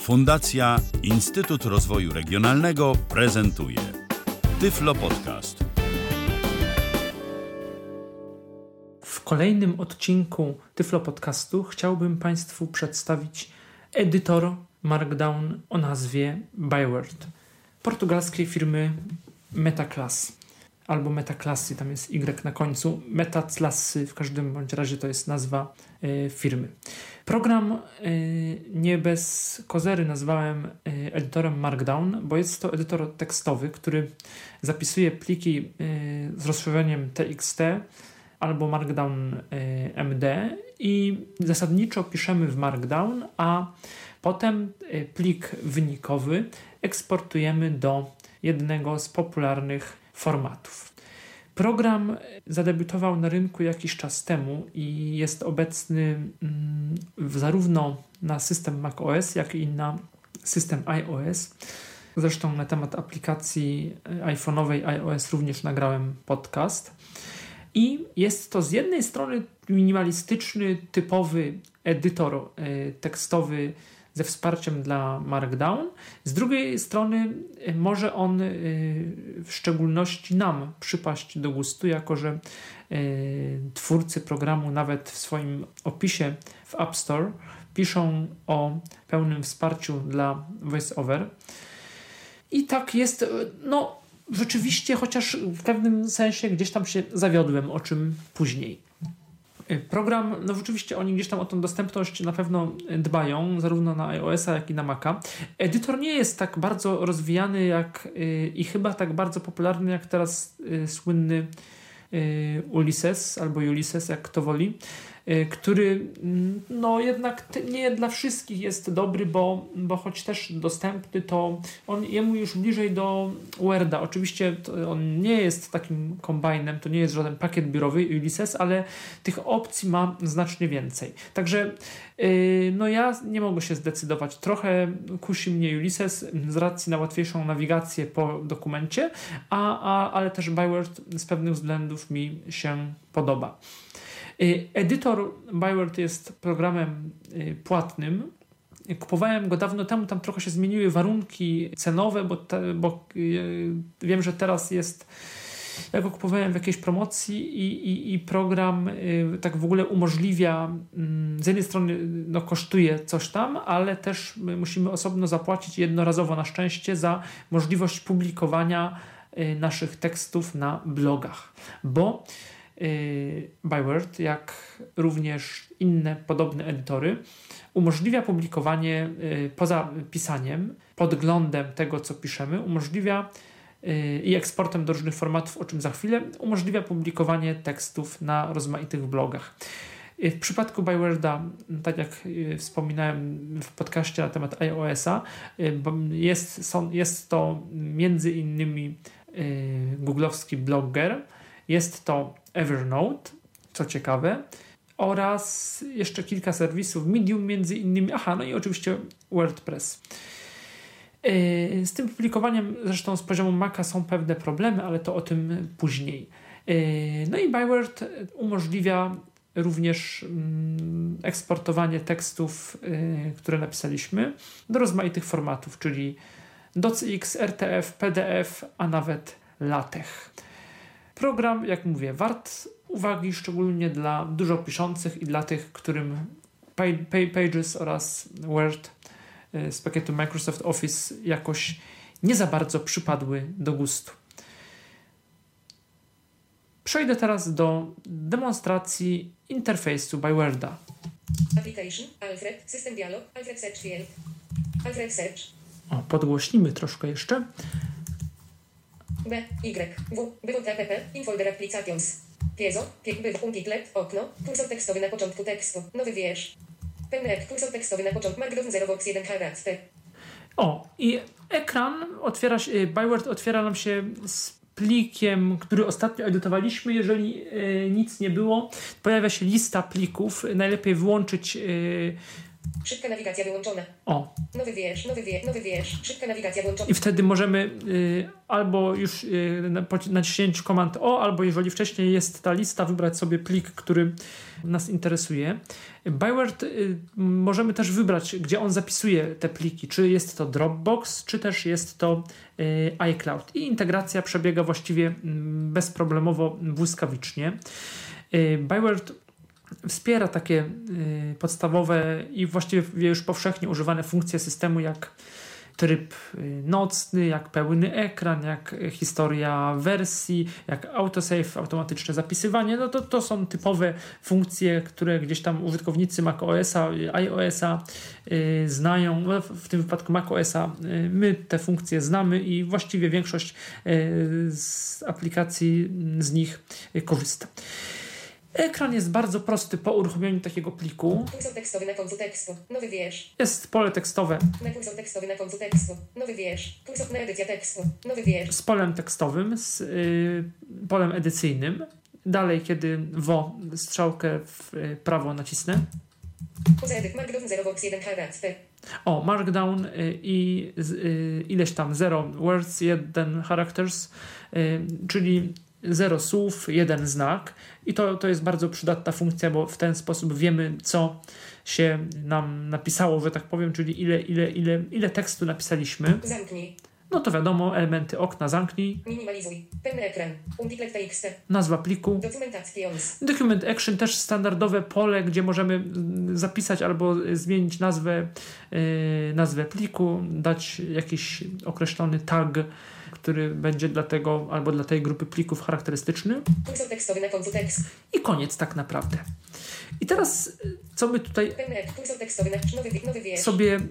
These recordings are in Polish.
Fundacja Instytut Rozwoju Regionalnego prezentuje Tyflo Podcast. W kolejnym odcinku Tyflo Podcastu chciałbym Państwu przedstawić edytor Markdown o nazwie Byword, portugalskiej firmy Metaclass albo Metaclassy, tam jest Y na końcu. Metaclassy w każdym bądź razie to jest nazwa firmy. Program nie bez kozery nazwałem edytorem Markdown, bo jest to edytor tekstowy, który zapisuje pliki z rozszerzeniem TXT albo Markdown MD i zasadniczo piszemy w Markdown, a potem plik wynikowy eksportujemy do jednego z popularnych formatów. Program zadebiutował na rynku jakiś czas temu i jest obecny zarówno na system macOS, jak i na system iOS. Zresztą na temat aplikacji iPhone'owej iOS również nagrałem podcast. I jest to z jednej strony minimalistyczny, typowy edytor tekstowy ze wsparciem dla Markdown. Z drugiej strony może on w szczególności nam przypaść do gustu, jako że twórcy programu nawet w swoim opisie w App Store piszą o pełnym wsparciu dla VoiceOver. I tak jest, rzeczywiście, chociaż w pewnym sensie gdzieś tam się zawiodłem, o czym później. Program, rzeczywiście oni gdzieś tam o tą dostępność na pewno dbają, zarówno na iOS-a, jak i na Maca. Edytor nie jest tak bardzo rozwijany i chyba tak bardzo popularny jak teraz słynny Ulysses, albo Ulysses, jak kto woli, który jednak nie dla wszystkich jest dobry, bo choć też dostępny, to jemu już bliżej do Worda. Oczywiście on nie jest takim kombajnem, to nie jest żaden pakiet biurowy Ulysses, ale tych opcji ma znacznie więcej. Także ja nie mogę się zdecydować. Trochę kusi mnie Ulysses z racji na łatwiejszą nawigację po dokumencie, ale też Byword z pewnych względów mi się podoba. Edytor Byword jest programem płatnym. Kupowałem go dawno temu, tam trochę się zmieniły warunki cenowe, bo wiem, że teraz jest, ja go kupowałem w jakiejś promocji i program tak w ogóle umożliwia, z jednej strony kosztuje coś tam, ale też musimy osobno zapłacić jednorazowo na szczęście za możliwość publikowania naszych tekstów na blogach, bo Byword, jak również inne podobne edytory, umożliwia publikowanie poza pisaniem, podglądem tego, co piszemy, umożliwia i eksportem do różnych formatów, o czym za chwilę, umożliwia publikowanie tekstów na rozmaitych blogach. W przypadku Byworda, tak jak wspominałem w podcaście na temat iOS-a, jest to między innymi googlowski Blogger, jest to Evernote, co ciekawe, oraz jeszcze kilka serwisów, Medium między innymi, i oczywiście WordPress. Z tym publikowaniem, zresztą z poziomu Maca są pewne problemy, ale to o tym później. I Byword umożliwia również eksportowanie tekstów, które napisaliśmy, do rozmaitych formatów, czyli docx, RTF, PDF, a nawet LaTeX. Program, jak mówię, wart uwagi, szczególnie dla dużo piszących i dla tych, którym Pages oraz Word z pakietu Microsoft Office jakoś nie za bardzo przypadły do gustu. Przejdę teraz do demonstracji interfejsu Byworda. Application, Alfred, System Dialog, Alfred Search Field, Alfred Search. Podgłośnimy troszkę jeszcze. B, Y, W, BWTPP, Infolder Applications. Piezo, Untitled, okno, kursor tekstowy na początku tekstu, nowy wiersz. Pełny kursor tekstowy na początku, Markdown 0 box 1 charakter. I ekran Byword otwiera nam się z plikiem, który ostatnio edytowaliśmy. Jeżeli nic nie było, pojawia się lista plików. Najlepiej włączyć Szybka nawigacja wyłączona. O. Nowy wiersz. Szybka nawigacja włączona. I wtedy możemy albo już po naciśnięciu Command O, albo jeżeli wcześniej jest ta lista, wybrać sobie plik, który nas interesuje. Byword możemy też wybrać, gdzie on zapisuje te pliki. Czy jest to Dropbox, czy też jest to iCloud. I integracja przebiega właściwie bezproblemowo, błyskawicznie. Byword wspiera takie podstawowe i właściwie już powszechnie używane funkcje systemu, jak tryb nocny, jak pełny ekran, jak historia wersji, jak autosave, automatyczne zapisywanie. No to są typowe funkcje, które gdzieś tam użytkownicy macOSa, iOSa znają. No, w tym wypadku macOSa my te funkcje znamy i właściwie większość z aplikacji z nich korzysta. Ekran jest bardzo prosty po uruchomieniu takiego pliku. Kursor tekstowy na końcu tekstu. Nowy wiersz. Jest pole tekstowe. Na kursor tekstowy na końcu tekstu. Nowy wiersz. Kursor na edycja tekstu. Nowy wiersz. Z polem tekstowym, z polem edycyjnym. Dalej, kiedy strzałkę w prawo nacisnę. Edyt Markdown 0 words 1 charakter. O, Markdown i ileś tam 0 words, 1 characters, czyli 0 słów, 1 znak. I to jest bardzo przydatna funkcja, bo w ten sposób wiemy, co się nam napisało, że tak powiem, czyli ile tekstu napisaliśmy. Zamknij. No to wiadomo, elementy okna zamknij. Minimalizuj. Pełny ekran. Untitled TXT. Nazwa pliku. Document Action, też standardowe pole, gdzie możemy zapisać albo zmienić nazwę pliku, dać jakiś określony tag, który będzie dla tego albo dla tej grupy plików charakterystyczny. Kursor tekstowy na końcu tekstu. I koniec tak naprawdę. I teraz co my tutaj kursor tekstowy na nowy wiersz.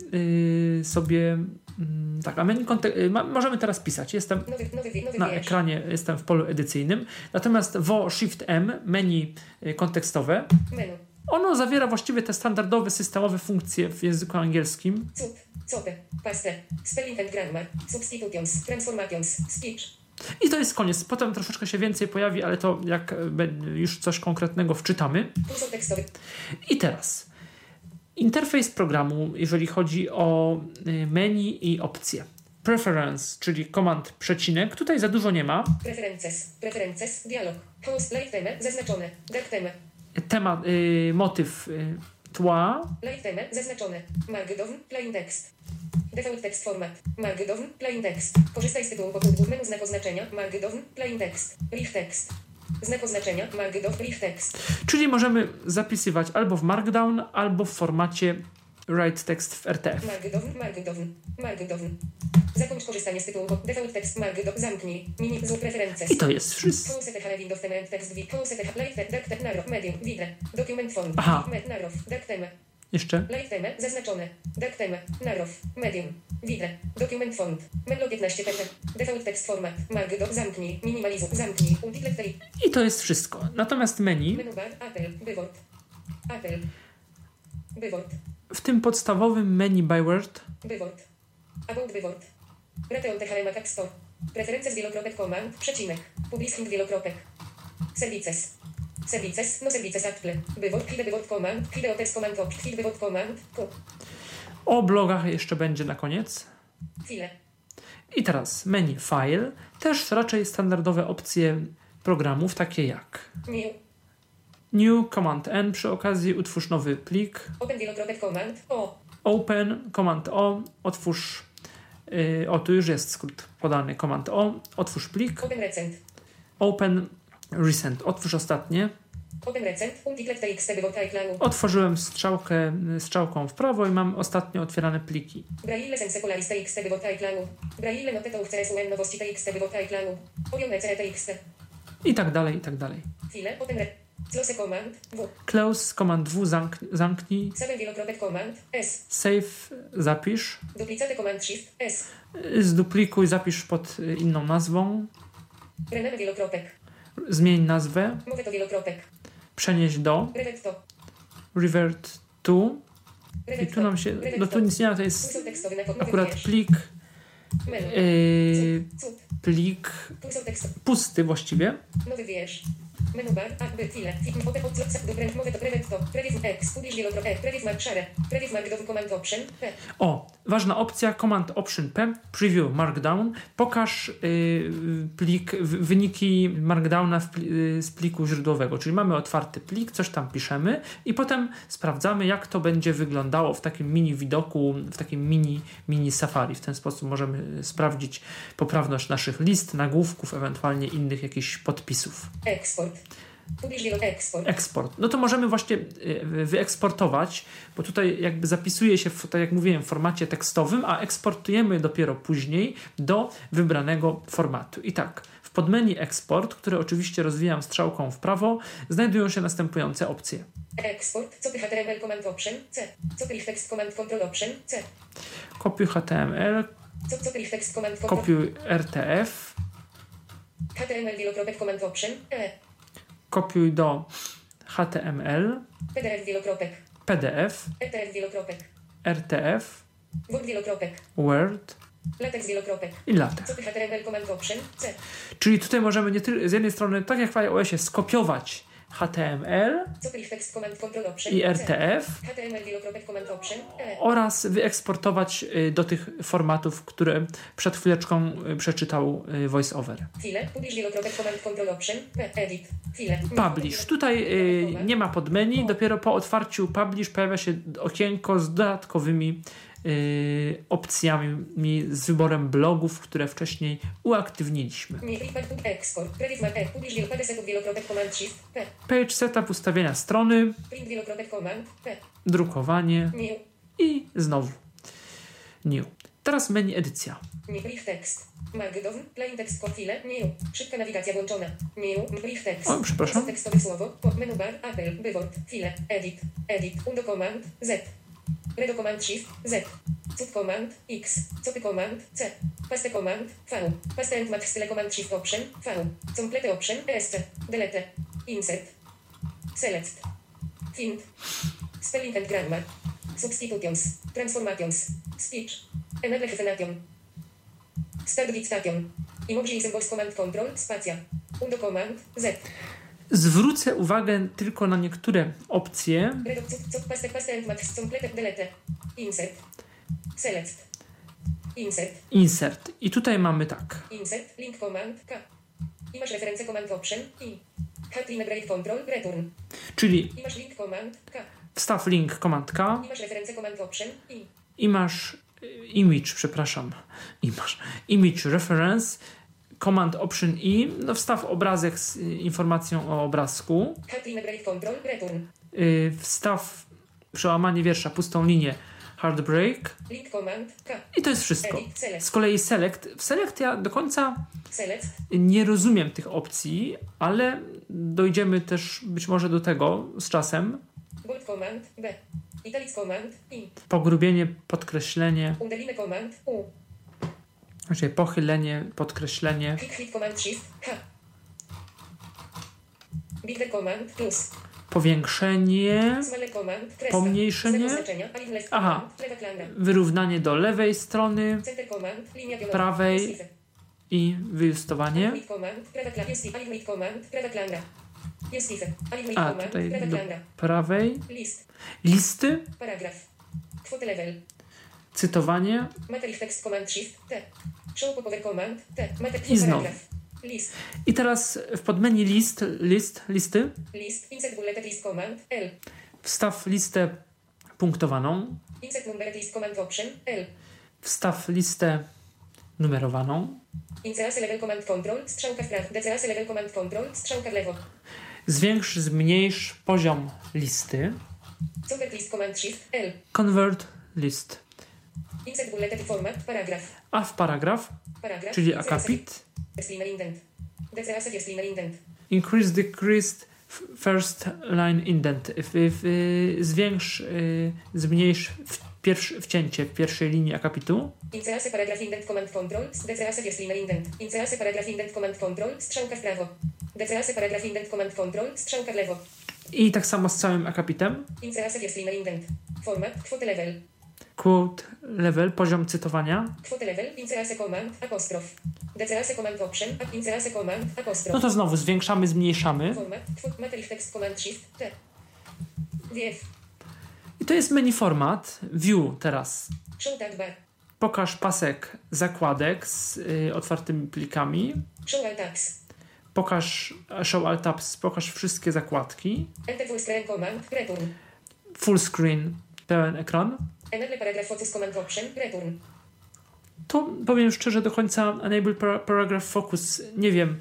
tak, a menu możemy teraz pisać. Jestem na ekranie, jestem w polu edycyjnym. Natomiast Shift M, menu kontekstowe, menu. Ono zawiera właściwie te standardowe systemowe funkcje w języku angielskim. Cope, paste, spelling and grammar, substitutions, transformations, speech. I to jest koniec. Potem troszeczkę się więcej pojawi, ale to jak już coś konkretnego wczytamy. Kursor tekstowy. I teraz interfejs programu, jeżeli chodzi o menu i opcje. Preference, czyli command przecinek. Tutaj za dużo nie ma. Preferences, dialog. Host, light theme, zaznaczone. Dark theme. Temat, motyw tła. Light theme, zaznaczone. Markdown, plain text. Default text format. Markdown, plain text. Korzystaj z tytułu podpunktów menu znak oznaczenia. Markdown, plain text. Rich text. Znak oznaczenia. Markdown, rich text. Czyli możemy zapisywać albo w Markdown, albo w formacie write text w RTF. Markdown. Zakończ korzystanie z tytułu default text Markdown. Zamknij. Preferences. I to jest wszystko. Document font. Aha. Dark theme. Jeszcze? Light theme, zaznaczone. Dark theme, narow, medium, widre, document font, Menlo 15 pp, default text format, Markdown, zamknij, minimalizuj, zamknij, untitled text. I to jest wszystko. Natomiast menu bar, Apple, Byword. W tym podstawowym menu Byword. About Byword. Rateon THM App Store. Preferences wielokropek command, przecinek, publishing wielokropek. Services, Apple. Byword, hide Byword command, hide text command, hide Byword command, O blogach jeszcze będzie na koniec. File. I teraz menu File. Też raczej standardowe opcje programów, takie jak New, Command N, przy okazji utwórz nowy plik. Open wielokropek command, O. Open, Command O, otwórz, tu już jest skrót podany, Command O, otwórz plik. Open recent. Open recent, otwórz ostatnie. Open recent, untitled TXT Byword iCloud. Otworzyłem strzałką w prawo i mam ostatnio otwierane pliki. Braille sense polaris TXT Byword iCloud. Braille notetą CSUM nowości TXT Byword iCloud. Orion TXT. I tak dalej, i tak dalej. File, open close command, W. Close, command W, zamknij. Save wielokropek command, S. Save, zapisz. Duplicate command shift, S. Zduplikuj, zapisz pod inną nazwą. Rename wielokropek. Zmień nazwę. Mowę to wielokropek. Przenieść do. Revert to. I tu nam się, tu nic nie ma, to jest akurat plik. Plik pusty właściwie. Nowy wiersz. Menu bar, aby, file, open, odslot, dobrem, mowy, prevent to, preview X, publish wielokropek, preview mark share, preview markdown, command option, P. O, ważna opcja, Command Option P, Preview Markdown. Pokaż wyniki Markdowna z pliku źródłowego, czyli mamy otwarty plik, coś tam piszemy i potem sprawdzamy, jak to będzie wyglądało w takim mini widoku, w takim mini Safari. W ten sposób możemy sprawdzić poprawność naszych list, nagłówków, ewentualnie innych jakichś podpisów. Eksport. Publish Eksport. No to możemy właśnie wyeksportować, bo tutaj jakby zapisuje się, tak jak mówiłem, w formacie tekstowym, a eksportujemy dopiero później do wybranego formatu. I tak, w podmenu Export, które oczywiście rozwijam strzałką w prawo, znajdują się następujące opcje. Eksport, copy HTML command option, C. Copy text command control option, C. Kopiuj HTML, Copy text command control. kopiuj RTF, HTML wielokropek command option, E. kopiuj do HTML, PDF wielokropek. PDF, ETF wielokropek. RTF, Word wielokropek. Word Latex wielokropek. i LaTeX. Copy HTML command option, C. Czyli tutaj możemy nie z jednej strony, tak jak w iOSie, skopiować HTML Copy text command control option, i C. RTF HTML wielokropek command option, E. oraz wyeksportować do tych formatów, które przed chwileczką przeczytał VoiceOver. File, publish wielokropek command control option, P. Edit. File. Publish. Tutaj nie ma podmenu, dopiero po otwarciu Publish pojawia się okienko z dodatkowymi opcjami, z wyborem blogów, które wcześniej uaktywniliśmy. Export. Preview mark, publish wielokropek command shift, P. Page setup, ustawienia strony, Print wielokropek command, P. drukowanie New. i znowu new. Teraz menu edycja. New brief text. Markdown, plain text, file, new. Szybka nawigacja włączona. New, brief text. O, przepraszam. Tekstowe słowo, menu bar, Apple, wyword, file, edit, undo command, Z. Redo command shift, Z. Cut command, X. Copy command, C. Paste command, V. Paste and match style command shift option, V. Complete option, ESC. Delete. Insert. Select. Find. Spelling and grammar. Substitutions. Transformations. Speech. Enable hyphenation. Start dictation. Emoji symbols command control, spacja. Undo command, Z. Zwrócę uwagę tylko na niektóre opcje. Redo, paste and match, complete, delete. Insert. Select. Insert. I tutaj mamy tak. Insert, link command, K. I masz referencję command option, I. Clean break control, return. Czyli I masz link command, K. wstaw link command K I masz referencję command option, I. i masz image reference, command option I, no wstaw obrazek z informacją o obrazku, Clean break control, return. wstaw przełamanie wiersza, pustą linię, hard break Link command, K. i to jest wszystko. Edit, select. Z kolei select. W select ja do końca Select. nie rozumiem tych opcji, ale dojdziemy też być może do tego z czasem. Bold command, B. Italics command, I. Pogrubienie, podkreślenie, Underline command, U. czyli pochylenie, podkreślenie, Click hit command shift, H. Bigger command, plus. powiększenie, Smaller command, kreska. pomniejszenie, Znak oznaczenia, align left aha, command, lewa klamra. wyrównanie do lewej strony Center command, linia pionowa. prawej Justice. i wyjustowanie. Align command, prawa klamra. Align command, prawa klamra. Justice. Align A, command, tutaj prawa do klamra. prawej. List. Listy, Paragraf. Quote level. cytowanie Material text command shift, T. Show popover command, T. I znowu. Paragraf. List. i teraz w podmenu listy List. Insert bulleted list command, L. wstaw listę punktowaną, Insert numbered list command option, L. wstaw listę numerowaną, Insert level command control, strzałka w prawo. Decerace level command control, strzałka w lewo. zwiększ, zmniejsz poziom listy, Convert list command shift, L. convert list, Insert bulleted format, paragraf. a w paragraf, Paragraf. czyli Insert akapit, Slimmer indent. Decerace slimmer indent. increase, decrease, first line indent, zwiększ, zmniejsz wcięcie w pierwszej linii akapitu, Insert paragraf indent command control, decerace slimmer indent. Insert paragraf indent command control, strzałka w prawo. Decerace paragraf indent command control, strzałka w lewo. i tak samo z całym akapitem. Insert slimmer indent. Format, quote level. quote level, poziom cytowania. Quote level, inserase command, apostrof. Decerase command option, inserase command, apostrof. No to znowu zwiększamy, zmniejszamy. Format, material text command shift, T. View. I to jest menu format. View teraz. Show tab bar. Pokaż pasek zakładek z otwartymi plikami. Show all tabs. Pokaż Show All Tabs, pokaż wszystkie zakładki. Enter full screen command, return. Full screen, pełen ekran. Enable paragraph focus command option, return. To powiem szczerze, do końca Enable Paragraph Focus nie wiem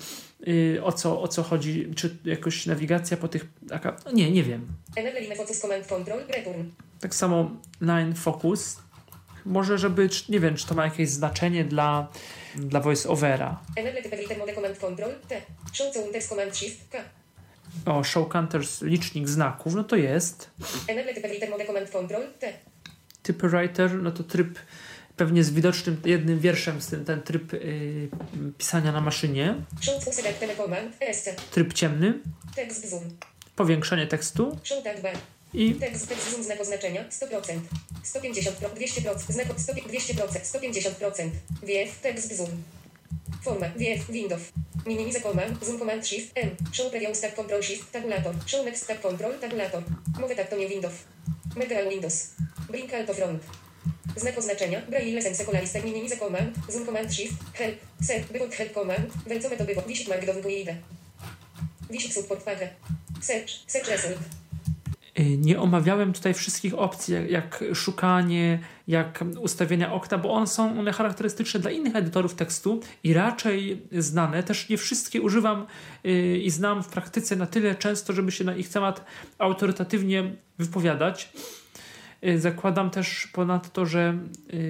o co chodzi. Czy jakoś nawigacja po tych... Nie wiem. Enable line focus command control, return. Tak samo Line Focus. Może żeby, nie wiem, czy to ma jakieś znaczenie dla voice-overa. Enable type written mode command control, T. Show counters command shift, K. O, show counters, licznik znaków, no to jest. Enable type written mode command control, T. Typewriter, no to tryb pewnie z widocznym jednym wierszem, ten tryb pisania na maszynie. Show full select command, ESC. Tryb ciemny. Text zoom. Powiększenie tekstu. Show tab bar. I Text zoom znak oznaczenia 100%, 150%, 200%, znak 200%, 150%. Wiew, text zoom. Format, wiew, Windows. Minimize command, zoom command shift, M. Show previous tab control shift, tabulator. Show next tab control, tabulator. Mowy tab to nie Windows. Medial Windows. Bring alt to front. Znak oznaczenia, braille sense colaristek, minimize command, zoom command shift, help, set, bywot help command, welcome to bywot, wisik markdown guide. Wisik support page. Search result. nie omawiałem tutaj wszystkich opcji, jak szukanie, jak ustawienia okna, bo one charakterystyczne dla innych edytorów tekstu i raczej znane. Też nie wszystkie używam i znam w praktyce na tyle często, żeby się na ich temat autorytatywnie wypowiadać. Zakładam też ponadto, że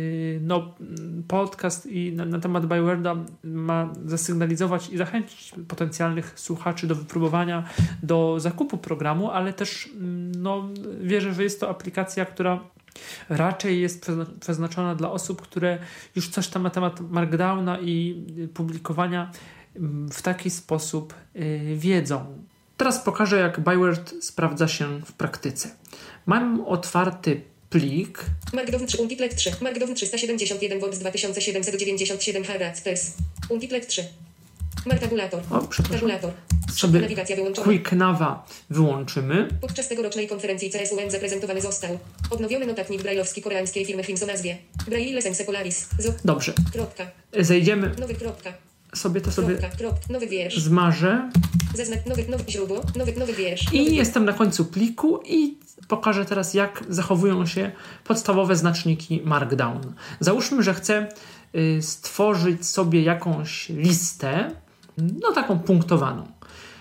podcast i na temat Byworda ma zasygnalizować i zachęcić potencjalnych słuchaczy do wypróbowania, do zakupu programu, ale też wierzę, że jest to aplikacja, która raczej jest przeznaczona dla osób, które już coś tam na temat Markdowna i publikowania w taki sposób wiedzą. Teraz pokażę, jak Byword sprawdza się w praktyce. Mam otwarty plik. Markdown 3, Untitled 3, Markdown 371 volts 2797 Hz. Untitled 3. Tabulator. Tabulator. Sobie nawigacja wyłączona. Quick Nava wyłączymy. Podczas tegorocznej konferencji CSUN zaprezentowany został odnowiony notatnik brajlowski koreańskiej firmy Hims o nazwie Braille Sense Polaris. Dobrze. Kropka. Zejdziemy. Nowy kropka. Sobie nowy wiersz. Zmarzę. Zaznacz nowy źródło, nowy wiersz. I jestem na końcu pliku i pokażę teraz, jak zachowują się podstawowe znaczniki Markdown. Załóżmy, że chcę stworzyć sobie jakąś listę, taką punktowaną.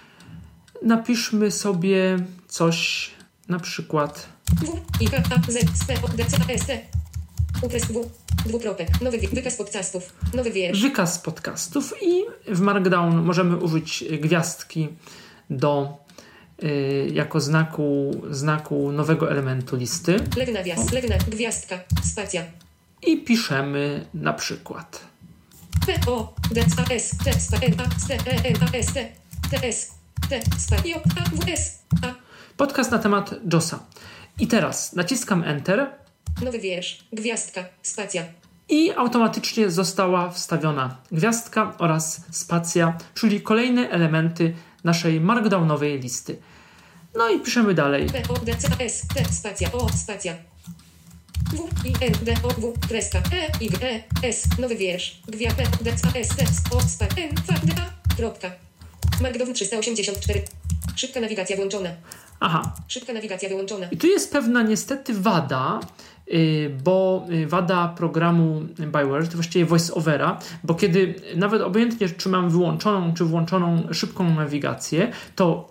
Napiszmy sobie coś, na przykład nowy wykaz podcastów, nowy wiersz. Wykaz podcastów i w Markdown możemy użyć gwiazdki jako znaku nowego elementu listy. Lewy nawias, gwiazdka, spacja. I piszemy na przykład podcast na temat JOSa. I teraz naciskam Enter. Nowy wiersz, gwiazdka, spacja. I automatycznie została wstawiona gwiazdka oraz spacja, czyli kolejne elementy naszej markdownowej listy. No i piszemy dalej. Spacja, spacja. Kreska, nowy wiersz, kropka. Markdown 384. Szybka nawigacja włączona. Aha. Szybka nawigacja wyłączona. I tu jest pewna niestety wada, bo wada programu Byword, właściwie voice-overa, bo kiedy nawet obojętnie czy mam wyłączoną czy włączoną szybką nawigację, to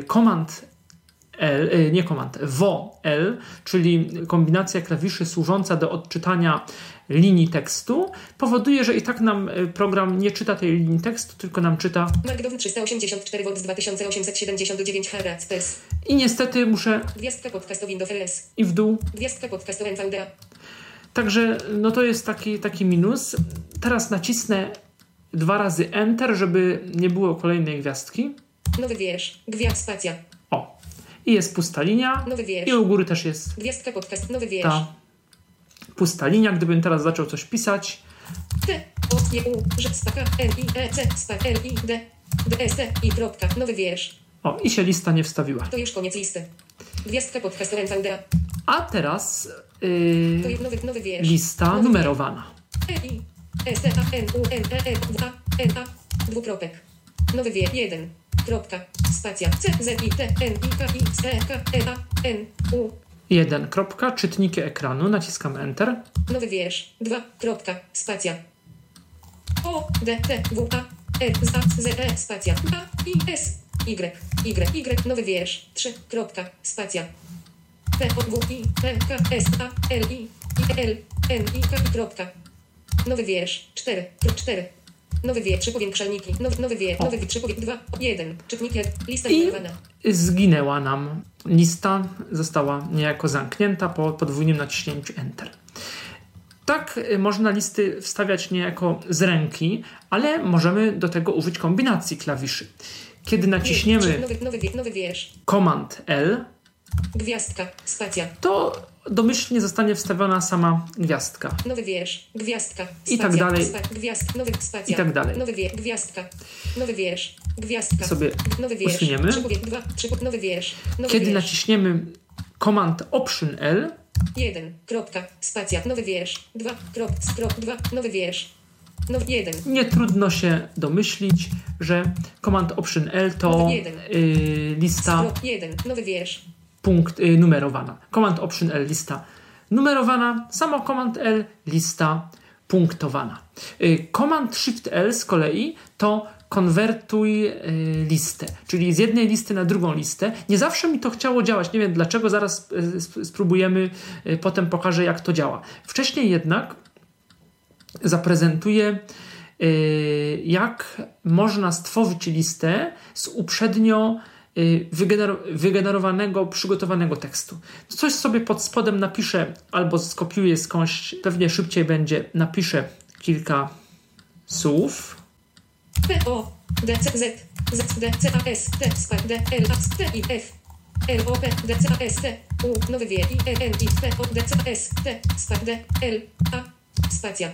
VOL, czyli kombinacja klawiszy służąca do odczytania linii tekstu, powoduje, że i tak nam program nie czyta tej linii tekstu, tylko nam czyta Markdown 384 volts 2879 Hz. I niestety muszę Gwiazdka podcastu Windows LS. I w dół. Gwiazdka podcastu NVDA. Także to jest taki minus. Teraz nacisnę 2 razy Enter, żeby nie było kolejnej gwiazdki. Nowy wiersz, spacja. I jest pusta linia. Nowy wiersz. I u góry też jest gwiazdka podcast, nowy wiersz. Ta pusta linia. Gdybym teraz zaczął coś pisać. T, O, J, U, Ż, S, K, N, I, E, C, S, L, I, D, D, S, T, I, kropka, nowy wiersz. O, i się lista nie wstawiła. To już koniec listy. Gwiazdka podcastu NVDA. A teraz To jest nowy wiersz. lista numerowana. E, I, S, T, A, N, U, N, E, E, A, N, A, dwukropek. Nowy wiersz. 1, kropka, spacja, C, Z, I, T, N, I, K, I, S, E, K, E, A, N, U. 1, kropka, czytniki ekranu, naciskam Enter. Nowy wiersz. 2, kropka, spacja. O, D, T, W, A, R, Z, E, spacja. A, I, S, Y, nowy wiersz. 3, kropka, spacja. P, O, W, I, T, K, S, A, L, I, L, N, I, K, kropka. Nowy wiersz. 4, nowy wiersz. 3 powiększalniki. Nowy wiersz. Nowy wiersz. 3 2, 1. Czytniki. Lista numerowana. Zginęła nam lista, została niejako zamknięta po podwójnym naciśnięciu Enter. Tak można listy wstawiać niejako z ręki, ale możemy do tego użyć kombinacji klawiszy. Kiedy naciśniemy nowy wiersz. Command L, gwiazdka, spacja. to domyślnie zostanie wstawiona sama gwiazdka. Nowy wiersz, gwiazdka, spacja. I tak dalej. Nowy spacja. I tak dalej. Nowy wiersz, gwiazdka. Nowy wiersz, gwiazdka. Sobie nowy wiersz. usuniemy. 3, nowy wiersz. Kiedy naciśniemy Command Option L, 1, kropka, spacja. Nowy wiersz. 2, krop, 2, nowy wiersz. Nowy 1. nie trudno się domyślić, że Command Option L to lista 1, nowy wiersz. numerowana. Command Option L lista numerowana, samo Command L lista punktowana. Command Shift L z kolei to konwertuj listę, czyli z jednej listy na drugą listę. Nie zawsze mi to chciało działać, nie wiem dlaczego, zaraz spróbujemy, potem pokażę jak to działa. Wcześniej jednak zaprezentuję jak można stworzyć listę z uprzednio wygenerowanego, przygotowanego tekstu. Coś sobie pod spodem napiszę albo skopiuję skądś, pewnie szybciej będzie, napiszę kilka słów. P, O, D, C, Z, D, C, A, S, T, S, P, D, L, A, T, I, F, L, O, P, D, C, A, S, T, U, nowy wiersz, I, E, N, I, P, O, D, C, A, S, T, S, P, D, L, A, spacja.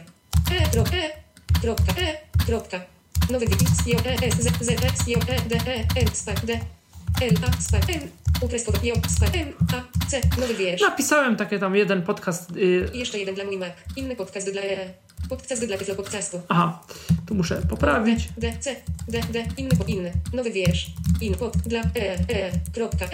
Kropka. Nowy wiersz, J, E, S, Z, S, J, E, D, E, N, S, P, D, L, A, S, P, N, ukreskowy, J, S, P, N, A, C, nowy wiersz. Napisałem takie tam jeden podcast. I jeszcze jeden dla mój Mac. Inny podcast dla Podcast dla Tyflo Podcastu. Aha, tu muszę poprawić. D, C, D, inny. Nowy wiersz. Pod dla kropka,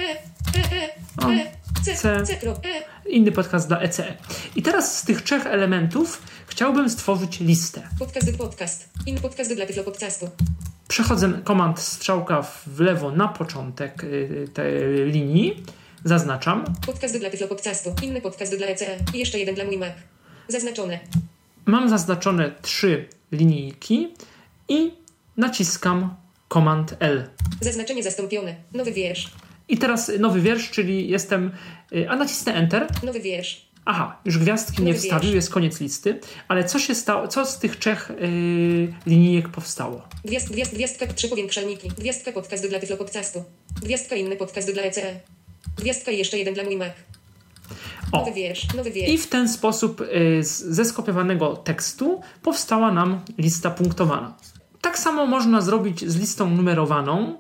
C, kropka, Inny podcast dla ECE. I teraz z tych 3 elementów chciałbym stworzyć listę. Podcast. Inny podcast dla Tyflo Podcastu. Przechodzę komand strzałka w lewo na początek tej linii. Zaznaczam. Podcast dla Tyflo Podcastu. Inny podcast dla ECE. I jeszcze jeden dla mój Mac. Zaznaczone. Mam zaznaczone 3 linijki i naciskam Command L. Zaznaczenie zastąpione. Nowy wiersz. I teraz nowy wiersz, czyli jestem... A nacisnę Enter. Nowy wiersz. Aha, już gwiazdki nie wstawił, jest koniec listy. Ale co się stało? Co z tych 3 linijek powstało? Gwiazdka, 3 powiększalniki. Gwiazdka podcast dla Tyflo Podcastu. Gwiazdka inny podcast dla ECE. Gwiazdka i jeszcze jeden dla mój Mac. Nowy wiersz. I w ten sposób ze skopiowanego tekstu powstała nam lista punktowana. Tak samo można zrobić z listą numerowaną.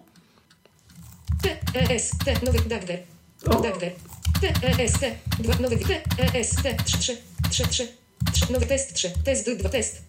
T, E, S, T, nowy Dagger. T, E, S, T, 2, nowy T, E, S, T, 3, nowy test 3, test 2, test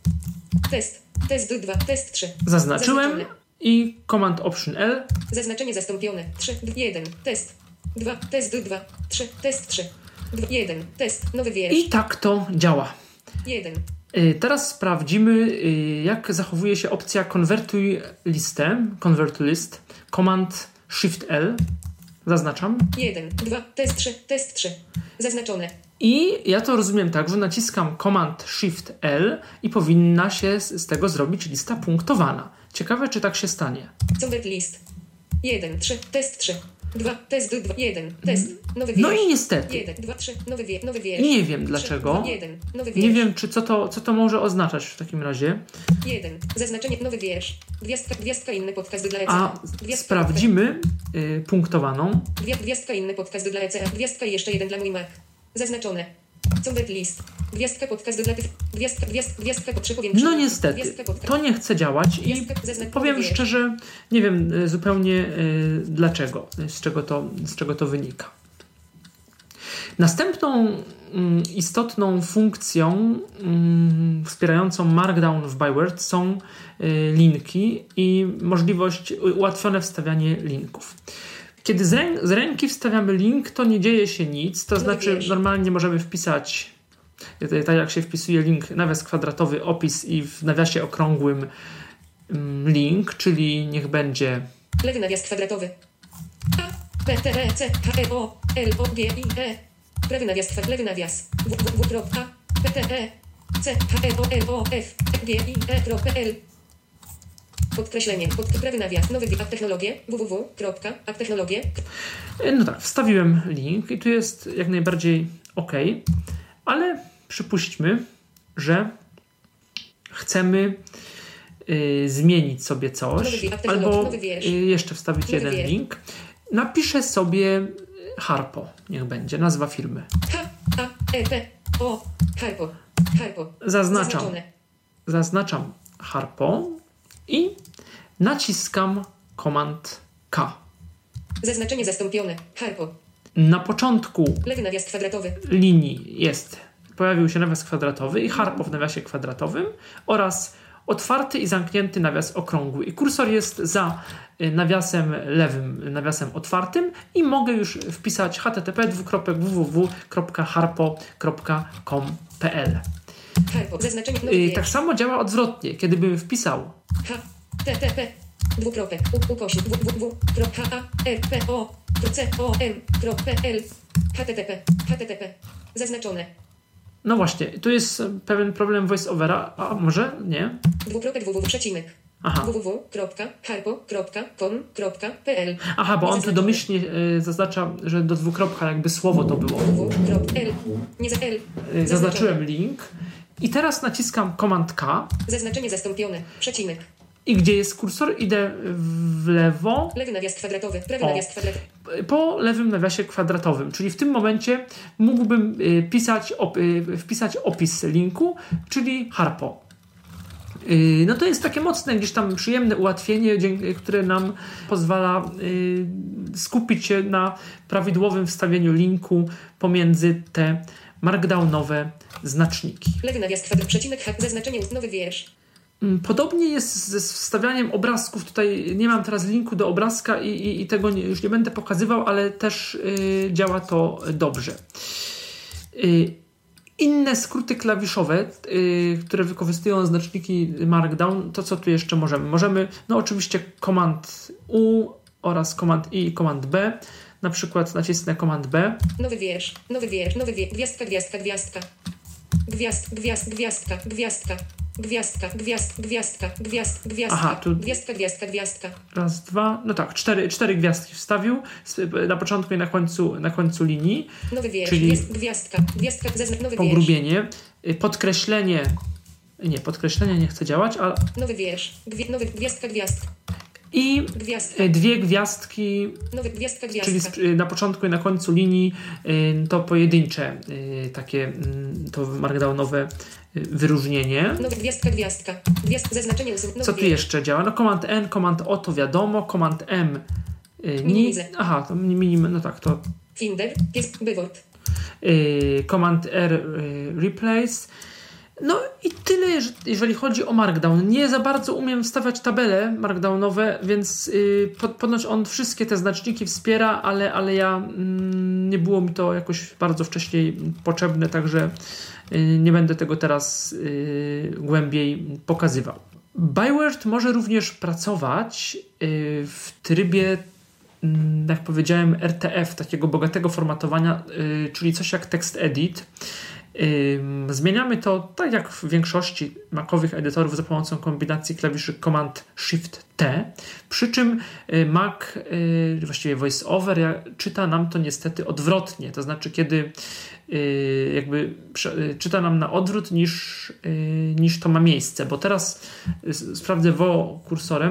2, test 3. Zaznaczyłem i Command Option L. Zaznaczenie zastąpione. 3, 1, test 2, test 2, 3, test 3. 1, test, nowy wiersz. I tak to działa. 1. Teraz sprawdzimy, jak zachowuje się opcja konwertuj listę, convert to list, Command Shift L. Zaznaczam. 1, 2, test 3. Zaznaczone. I ja to rozumiem tak, że naciskam Command Shift L i powinna się z tego zrobić lista punktowana. Ciekawe, czy tak się stanie. Convert list. 1, 3, test 3. 2, test 2, 1, test, nowy wiersz. No i niestety. 1, 2, 3, nowy wiersz. Nie wiem dlaczego. 3, 2, 1, nowy wiersz. Nie wiem, czy co to może oznaczać w takim razie. 1, zaznaczenie, nowy wiersz. Gwiazdka inny podcast dla ECE. A sprawdzimy punktowaną. Gwiazdka inny podcast dla ECE. Gwiazdka i jeszcze jeden dla mój Mac. Zaznaczone. Convert list. Gwiazdka podcast dla gwiazdka pod przepowiedź. No niestety, to nie chce działać i powiem szczerze, nie wiem zupełnie dlaczego, z czego to wynika. Następną istotną funkcją wspierającą Markdown w Byword są linki i możliwość ułatwione wstawianie linków. Kiedy z ręki wstawiamy link, to nie dzieje się nic, to znaczy normalnie możemy wpisać, tak jak się wpisuje link, nawias kwadratowy, opis i w nawiasie okrągłym link, czyli niech będzie lewy nawias kwadratowy A, P, T, E, C, H, E, O, L, O, G, I, E. Prawy nawias kwadratowy, lewy nawias W, A, P, T, E, C, H, E, O, L, O, F, G, I, E, L. Podkreślenie, prawy nawias, nowy technologie, www.aptechnologie. No tak, wstawiłem link i tu jest jak najbardziej OK, ale przypuśćmy, że chcemy zmienić sobie coś, albo jeszcze wstawić jeden link. Napiszę sobie Harpo, niech będzie, nazwa firmy. H-A-E-P-O, Harpo. Zaznaczam Harpo i naciskam Command K. Zaznaczenie zastąpione. Harpo. Na początku lewy nawias kwadratowy linii pojawił się nawias kwadratowy i Harpo w nawiasie kwadratowym oraz otwarty i zamknięty nawias okrągły. I kursor jest za nawiasem lewym, nawiasem otwartym i mogę już wpisać http://www.harpo.com.pl. Tak samo działa odwrotnie. Kiedy bym wpisał http www.harpo.com.pl http zaznaczone. No właśnie, tu jest pewien problem voiceovera, a może nie? www.harpo.com.pl. Aha, bo on tu domyślnie zaznacza, że do dwukropka jakby słowo to było. Zaznaczyłem link i teraz naciskam Command K. Zaznaczenie zastąpione, przecinek. I gdzie jest kursor? Idę w lewo. Lewy nawias kwadratowy, prawy nawias kwadratowy. Po lewym nawiasie kwadratowym, czyli w tym momencie mógłbym wpisać opis linku, czyli Harpo. No to jest takie mocne, gdzieś tam przyjemne ułatwienie, które nam pozwala skupić się na prawidłowym wstawieniu linku pomiędzy te markdownowe znaczniki. Lewy nawias kwadratowy, przecinek, zaznaczenie nowy wiersz. Podobnie jest ze wstawianiem obrazków. Tutaj nie mam teraz linku do obrazka i tego już nie będę pokazywał, ale też działa to dobrze. Inne skróty klawiszowe, które wykorzystują znaczniki Markdown, to co tu jeszcze możemy? Możemy, no oczywiście Command U oraz Command I i Command B. Na przykład nacisnę Command B. Nowy wiersz, gwiazdka. Aha, tu gwiazdka. Raz, dwa, no tak, cztery gwiazdki wstawił na początku i na końcu linii. Nowy wiersz, czyli gwiazdka, nowy pogrubienie, podkreślenie, podkreślenie nie chce działać, ale nowy wiersz, gwiazdka. I dwie gwiazdki, czyli na początku i na końcu linii to pojedyncze takie to markdownowe wyróżnienie. Gwiazdka. Zaznaczenie co tu jeszcze działa? No Command N, Command O to wiadomo, Command M aha, to no tak, to Finder, jest byword. Command R replace. No i tyle, jeżeli chodzi o Markdown. Nie za bardzo umiem wstawiać tabele markdownowe, więc ponoć on wszystkie te znaczniki wspiera, ale ja nie było mi to jakoś bardzo wcześniej potrzebne, także nie będę tego teraz głębiej pokazywał. Byword może również pracować w trybie, jak powiedziałem, RTF, takiego bogatego formatowania, czyli coś jak text edit. Zmieniamy to tak jak w większości macowych edytorów za pomocą kombinacji klawiszy Command-Shift-T, przy czym Mac, właściwie VoiceOver czyta nam to niestety odwrotnie, to znaczy kiedy jakby czyta nam na odwrót niż to ma miejsce, bo teraz sprawdzę kursorem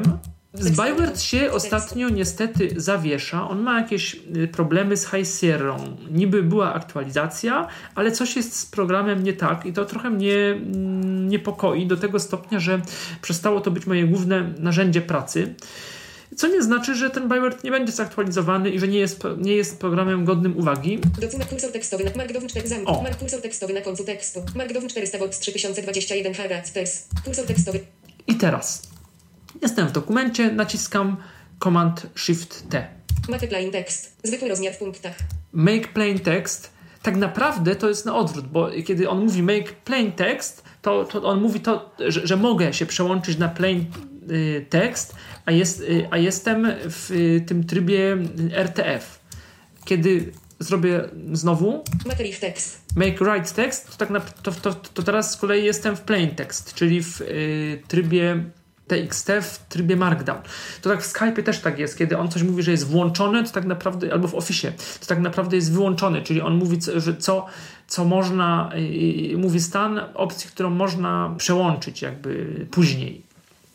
Byword się ostatnio niestety zawiesza. On ma jakieś problemy z High Sierrą. Niby była aktualizacja, ale coś jest z programem nie tak i to trochę mnie niepokoi do tego stopnia, że przestało to być moje główne narzędzie pracy. Co nie znaczy, że ten Byword nie będzie zaktualizowany i że nie jest programem godnym uwagi. Dokument kursor tekstowy na Markdown 4 zamki. Kursor tekstowy na końcu tekstu. Markdown 400 volt 3021 characters. Kursor tekstowy. I teraz jestem w dokumencie, naciskam Command Shift T. Make plain text. Zwykły rozmiar w punktach. Make plain text. Tak naprawdę to jest na odwrót, bo kiedy on mówi make plain text, to on mówi to, że mogę się przełączyć na plain text, a jestem w tym trybie RTF. Kiedy zrobię znowu make write text, to teraz z kolei jestem w plain text, czyli w trybie TXT, w trybie Markdown. To tak w Skype'ie też tak jest, kiedy on coś mówi, że jest włączone, to tak naprawdę, albo w Office'ie, to tak naprawdę jest wyłączone, czyli on mówi, że co można, mówi stan opcji, którą można przełączyć jakby później.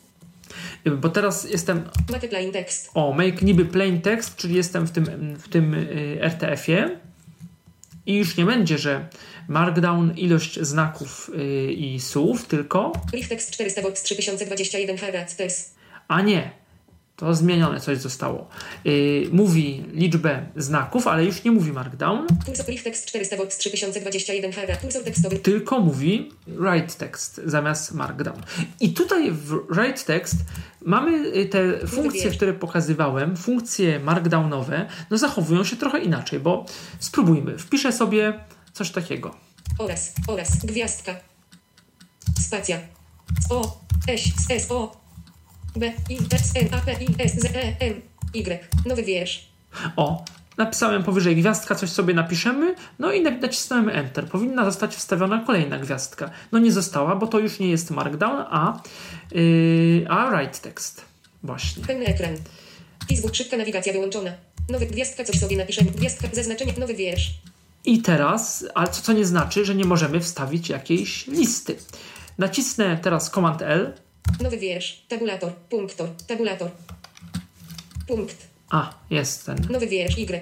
Bo teraz jestem... Make plain text. Make niby plain text, czyli jestem w tym RTF-ie i już nie będzie, że Markdown, ilość znaków i słów, tylko... Brief text 400 volt 3021 characters. A nie, to zmienione coś zostało. Mówi liczbę znaków, ale już nie mówi Markdown. Brief text 400 volt 3021 characters. Kursor tekstowy. Tylko mówi write text zamiast Markdown. I tutaj w write text mamy te funkcje, które pokazywałem, funkcje markdownowe, no zachowują się trochę inaczej, bo spróbujmy. Wpiszę sobie coś takiego. Oraz, gwiazdka, spacja, O, S, O, B, I, S, N, A, P, I, S, Z, E, M, Y, nowy wiersz. Napisałem powyżej gwiazdka, coś sobie napiszemy, no i nacisnąłem Enter. Powinna zostać wstawiona kolejna gwiazdka. No nie została, bo to już nie jest Markdown, a write text. Właśnie. Pełny ekran. Facebook, szybka nawigacja wyłączona. Nowy gwiazdka, coś sobie napiszemy. Gwiazdka, zaznaczenie, nowy wiersz. I teraz, ale co nie znaczy, że nie możemy wstawić jakiejś listy. Nacisnę teraz Command L. Nowy wiersz, tabulator, punktor, tabulator. Punkt. Jest ten. Nowy wiersz, Y.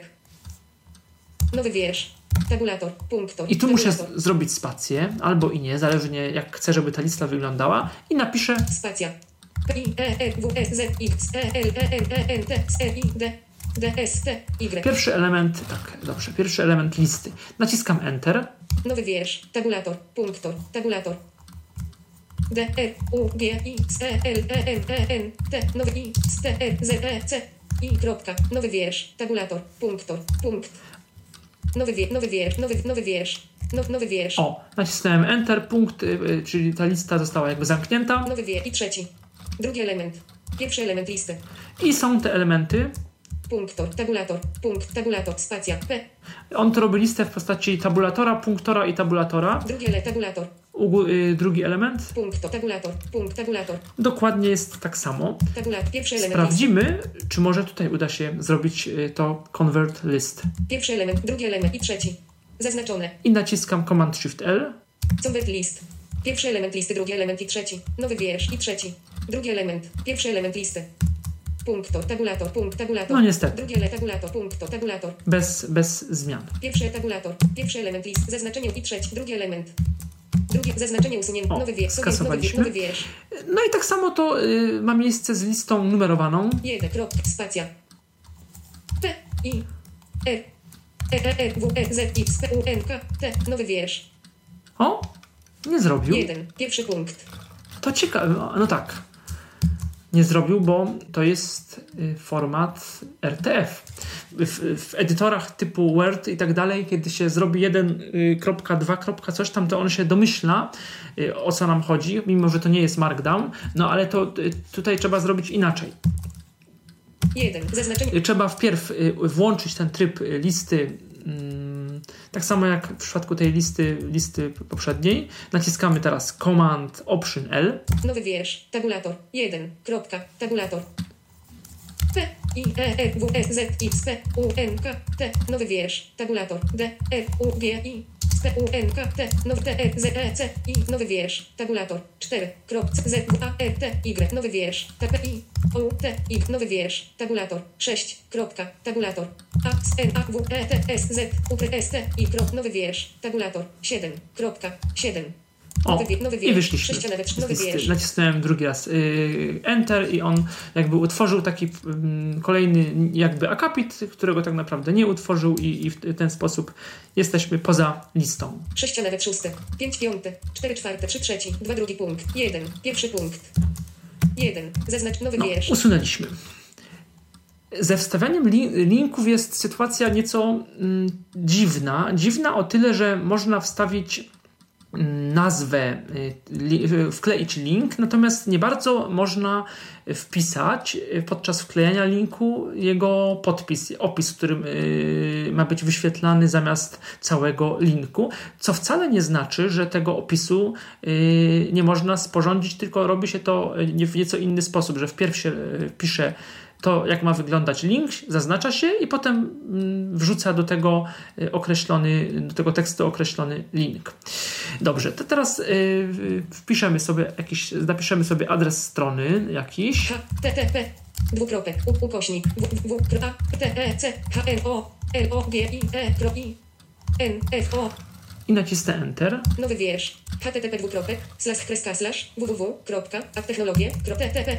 Nowy wiersz, tabulator, punktor. I tu tabulator. muszę zrobić spację, albo i nie, zależnie jak chcę, żeby ta lista wyglądała. I napiszę spacja. P, I, E, R, W, E, Z, X, E, L, E, N, E, N, T, S, E, I, D, D, S, T, Y. Pierwszy element listy. Naciskam Enter. Nowy wiersz, tabulator, punktor, tabulator. D, R, U, G, I, S, E, L, E, N, E, N, T, nowy I, S, T, E, Z, E, C, I, kropka, nowy wiersz, tabulator, punktor, punkt. Nowy wiersz. Nacisnąłem Enter, punkt, czyli ta lista została jakby zamknięta. Nowy wiersz i trzeci. Drugi element. Pierwszy element listy. I są te elementy. Punktor, tabulator, spacja, P. On to robi listę w postaci tabulatora, punktora i tabulatora. Tabulator. Drugi element. Tabulator. Dokładnie jest tak samo. Pierwszy element. Sprawdzimy, czy może tutaj uda się zrobić to convert list. Pierwszy element, drugi element i trzeci. Zaznaczone. I naciskam Command Shift L. Convert list. Pierwszy element listy, drugi element i trzeci. Nowy wiersz i trzeci. Drugi element. Pierwszy element listy. Punktor, tabulator. No niestety. Drugi tabulator, punktor, tabulator. Bez zmian. Pierwszy tabulator. Pierwszy element list. Zaznaczenie i trzeci. Drugi element. Drugie zaznaczenie usunięte. Nowy wiersz. Skasowaliśmy. Nowy wiersz. No i tak samo to ma miejsce z listą numerowaną. 1. Spacja. P, I, R, E, W, E, Z, X, P, U, N, K, T. Nowy wiersz. Nie zrobił. 1. Pierwszy punkt. To ciekawe. No tak. Nie zrobił, bo to jest format RTF. W edytorach typu Word i tak dalej, kiedy się zrobi 1.2. coś tam, to on się domyśla, o co nam chodzi, mimo że to nie jest Markdown, no ale to tutaj trzeba zrobić inaczej. 1. Zaznaczenie. Trzeba wpierw włączyć ten tryb listy, tak samo jak w przypadku tej listy poprzedniej. Naciskamy teraz Command Option L. Nowy wiersz. Tabulator. 1. Tabulator. P, I, E, R, W, E, Z, X, P, U, N, K, T. Nowy wiersz. Tabulator. D, R, U, G, I, P, U, N, K, T, nowy T, E, Z, E, C, I, nowy wiersz, tabulator, 4, Z, W, A, E, T, Y, nowy wiersz, T, P, I, O, T, Y, nowy wiersz, tabulator, 6, tabulator, A, N, A, W, E, T, S, Z, U, T, S, T, I, nowy wiersz, tabulator, 7, 7. O, i wyszliśmy. Nacisnąłem drugi raz Enter i on jakby utworzył taki kolejny jakby akapit, którego tak naprawdę nie utworzył i w ten sposób jesteśmy poza listą. 6 nawet 6, 5 piąte, 4 czwarte, 3 trzeci, 2 drugi punkt, 1 pierwszy punkt, 1 zaznacz nowy wiersz. Usunęliśmy. Ze wstawianiem linków jest sytuacja nieco dziwna. Dziwna o tyle, że można wstawić nazwę, wkleić link, natomiast nie bardzo można wpisać podczas wklejania linku jego podpis, opis, którym ma być wyświetlany zamiast całego linku, co wcale nie znaczy, że tego opisu nie można sporządzić, tylko robi się to w nieco inny sposób, że wpierw się pisze to, jak ma wyglądać link, zaznacza się i potem wrzuca do tego tekstu określony link. Dobrze, to teraz napiszemy sobie adres strony jakiś. http dwukropek ukośnik www.teclogin.e.i.n.f.o i nacisnę Enter. Nowy wiersz. http www.aptechnologie.ttp.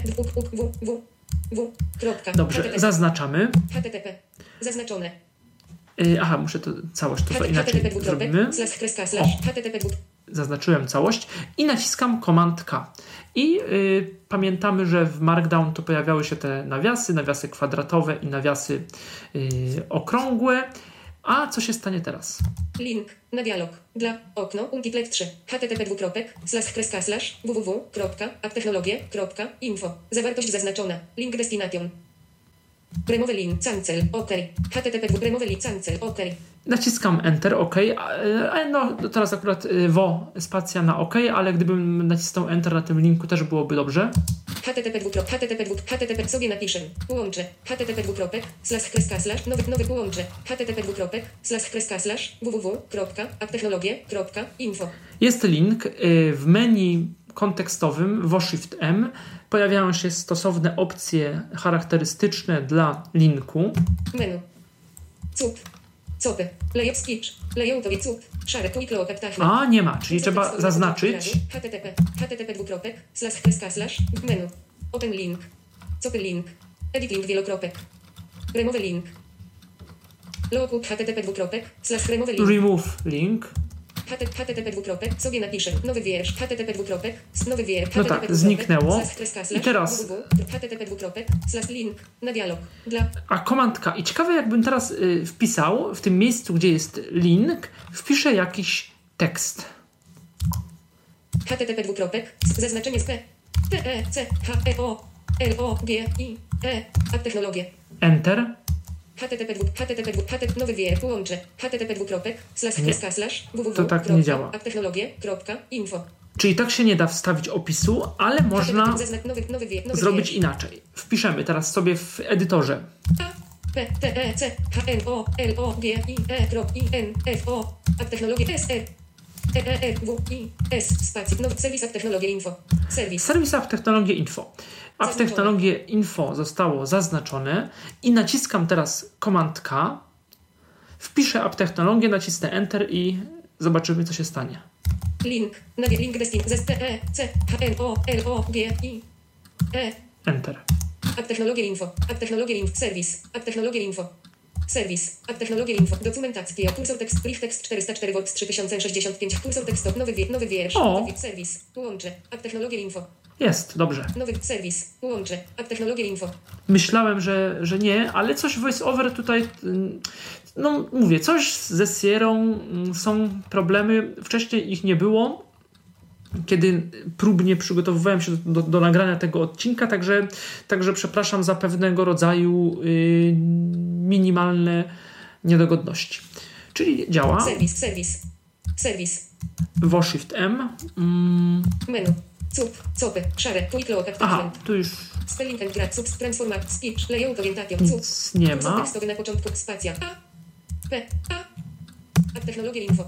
Dobrze, zaznaczamy. http. Zaznaczone. Muszę to całość to inaczej zrobimy. Zaznaczyłem całość i naciskam Command K. I pamiętamy, że w Markdown to pojawiały się te nawiasy kwadratowe i nawiasy okrągłe. A co się stanie teraz? Link na dialog dla okno Unkitlet 3 http://www.aptechnologie.info Zawartość zaznaczona. Link destination. Remove link cancel. OK. http remove link cancel. OK. Naciskam Enter, OK. No teraz akurat spacja na OK, ale gdybym nacisnął Enter na tym linku też byłoby dobrze. http sobie napiszę. Połączę. http://nowy połączę. http://www.aptechnologie.info Jest link. W menu kontekstowym w Shift M pojawiają się stosowne opcje charakterystyczne dla linku. Menu. Cup. Copy. Layout sketch. Layoutowie cup. Szare quick look A, nie ma, czyli trzeba zaznaczyć. http://menu. Open link. Copy link. Edit link wielokropek. Remove link. Lookup http://remove link. Remove link. http:// sobie napiszę. Nowy wiersz. http:// nowy wiersz. No tak, zniknęło. I teraz http://link na dialog dla. A Command K. I ciekawe, jakbym teraz wpisał w tym miejscu, gdzie jest link, wpiszę jakiś tekst. http:// zaznaczenie z P T E C H E O L O G I E Aptechnologie. Enter. http nowy wiersz połączę. http://www. To tak nie działa. aptechnologie.info Czyli tak się nie da wstawić opisu, ale można zrobić inaczej. Wpiszemy teraz sobie w edytorze. P T E C H N O L O G I E I N F O Aptechnologie S E W-I-S, spacji, nowy serwis Aptechnologie Info. Serwis Aptechnologie Info. Aptechnologie Info zostało zaznaczone i naciskam teraz Command K. Wpiszę Aptechnologię, nacisnę Enter i zobaczymy, co się stanie. Link destin, z T E C H N O L O G I E. Enter. Aptechnologie Info. Aptechnologie Info. Serwis. Aptechnologie Info. Serwis. Aptechnologie Info. Dokumentacja. Kursor tekst. Brief tekst 404 V 3065. Kursor tekst. Nowy wiersz. Serwis. Łącze. Aptechnologie Info. Jest, dobrze. Nowy serwis. Łącze. Aptechnologie Info. Myślałem, że nie, ale coś VoiceOver tutaj... No mówię, coś ze Sierrą są problemy. Wcześniej ich nie było, kiedy próbnie przygotowywałem się do nagrania tego odcinka, także przepraszam za pewnego rodzaju minimalne niedogodności. Czyli działa. Serwis. Shift M. Menu. Copy. Szare. Quick look. Aha, tu już... Spelling and grad. Transformat. Speech. Layout orientation. Nic nie ma. Tekstowy na początku. Spacja. A. P. A. Aptechnologie Info.